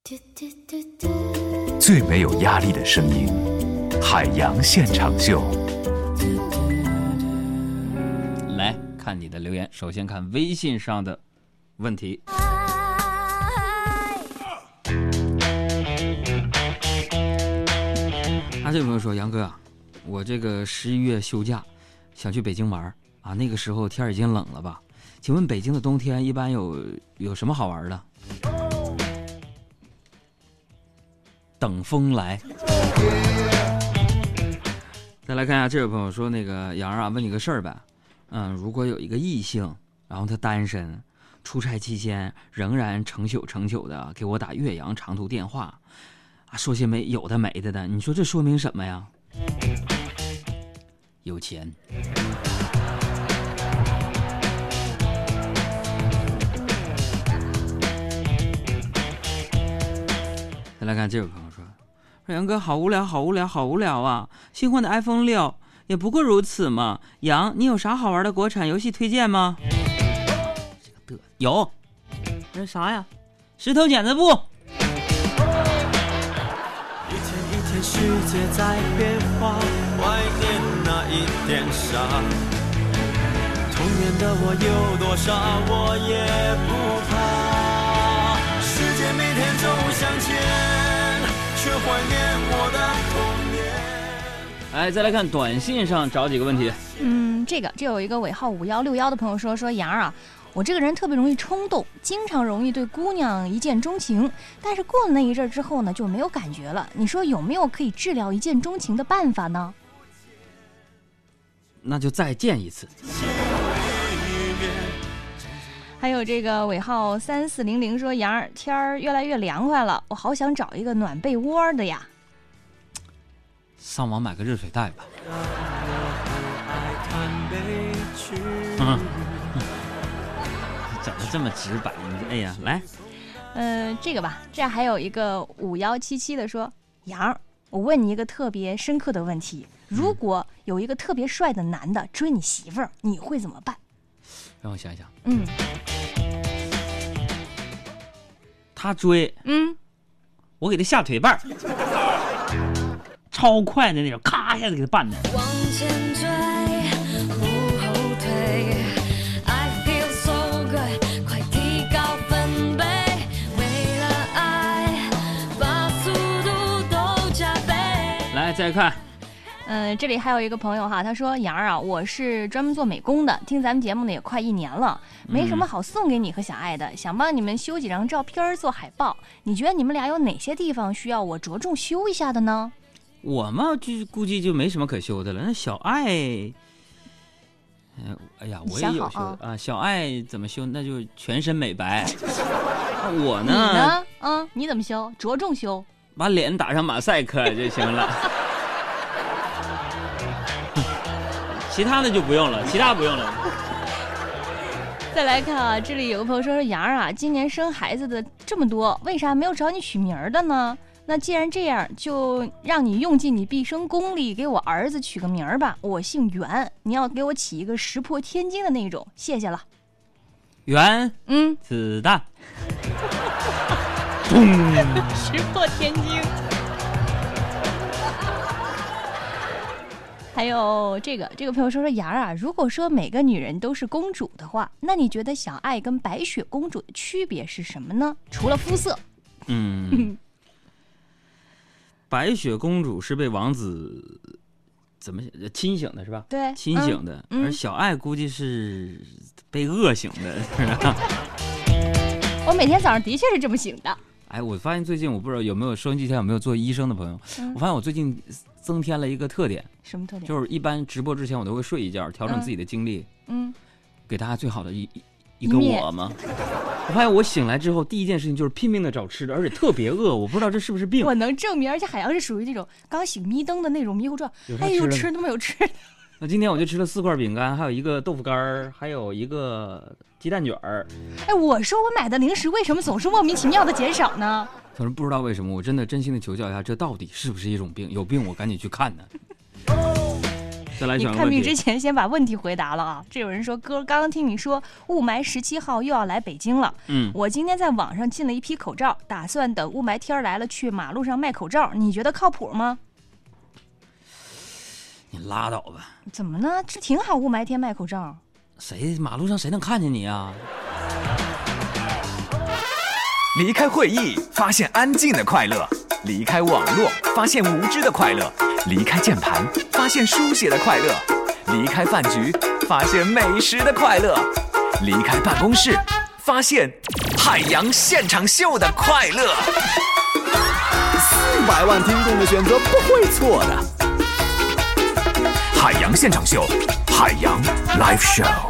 最没有压力的声音，海洋现场秀。 来看你的留言，首先看微信上的问题。这位朋友说，杨哥啊，我这个11月休假想去北京玩啊，那个时候天已经冷了吧？请问北京的冬天一般有什么好玩的？等风来。再来看一下这位朋友说，那个杨啊，问你个事儿呗。如果有一个异性，然后他单身，出差期间仍然成宿的给我打越洋长途电话，说些有的没的，你说这说明什么呀？有钱。再来看这位朋友说，杨哥好无聊啊！新换的 iPhone 6也不过如此嘛。杨，你有啥好玩的国产游戏推荐吗？有，这是啥呀？石头剪子布。 一天一天世界在变化，怀念那一点傻。童年的我有多傻，我也不怕。世界每天走向前，却怀念我的童年。 再来看短信上找几个问题。 这有一个尾号5161的朋友说杨啊，我这个人特别容易冲动，经常容易对姑娘一见钟情，但是过了那一阵之后呢，就没有感觉了。你说有没有可以治疗一见钟情的办法呢？ 那就再见一次。 还有这个尾号3400说，杨儿，天儿越来越凉快了，我好想找一个暖被窝的呀。 上网买个热水袋吧。整得这么直白，哎呀，来， 这个吧，这还有一个5177的说，杨儿，我问你一个特别深刻的问题，如果有一个特别帅的男的追你媳妇儿，你会怎么办？ 让我想想。他追，我给他下腿绊，超快的那种，咔一下子给他绊那儿。 往前追，不后退 I feel so good， 快提高分贝，为了爱把速度都加倍。 来再看， 这里还有一个朋友哈，他说，杨儿啊，我是专门做美工的，听咱们节目呢也快1年了，没什么好送给你和小爱的，想帮你们修几张照片做海报，你觉得你们俩有哪些地方需要我着重修一下的呢？ 我嘛，就估计就没什么可修的了。那小爱，哎呀，我也有修啊。小爱怎么修？那就全身美白。我呢？ 你呢？你怎么修？着重修， 把脸打上马赛克就行了。其他的就不用了，其他不用了。 再来看啊，这里有个朋友说，杨儿啊，今年生孩子的这么多，为啥没有找你取名的呢？那既然这样，就让你用尽你毕生功力给我儿子取个名儿吧。我姓袁，你要给我起一个石破天惊的那种，谢谢了。 原子弹， 石破天惊。还有这个朋友说，杨啊，如果说每个女人都是公主的话，那你觉得小爱跟白雪公主的区别是什么呢？除了肤色。 白雪公主是被王子怎么亲醒的是吧？ 对， 亲醒的，而小爱估计是被饿醒的，是吧？ 我每天早上的确是这么醒的。 我发现最近我不知道有没有收音机前有没有做医生的朋友，我发现我最近增添了一个特点。 什么特点？ 就是一般直播之前我都会睡一觉，调整自己的精力，给大家最好的一个我嘛。我发现我醒来之后第一件事情就是拼命的找吃的，而且特别饿，我不知道这是不是病。 我能证明，而且海洋是属于那种刚醒迷灯的那种迷糊状，有吃的没有吃的。 那今天我就吃了4块饼干，还有一个豆腐干，还有一个鸡蛋卷儿。 我说我买的零食为什么总是莫名其妙的减少呢？ 可是不知道为什么，我真的真心的求教一下，这到底是不是一种病？有病我赶紧去看呢。 再来你选个问题。 看病之前先把问题回答了啊！这有人说哥，刚刚听你说雾霾17号又要来北京了，我今天在网上进了一批口罩，打算等雾霾天来了去马路上卖口罩，你觉得靠谱吗？ 你拉倒吧， 怎么呢？这挺好，雾霾天卖口罩。 马路上谁能看见你啊？ 离开会议，发现安静的快乐；离开网络，发现无知的快乐；离开键盘，发现书写的快乐；离开饭局，发现美食的快乐；离开办公室，发现海洋现场秀的快乐。 400万听众的选择不会错的。 海洋现场秀，海洋 Live Show。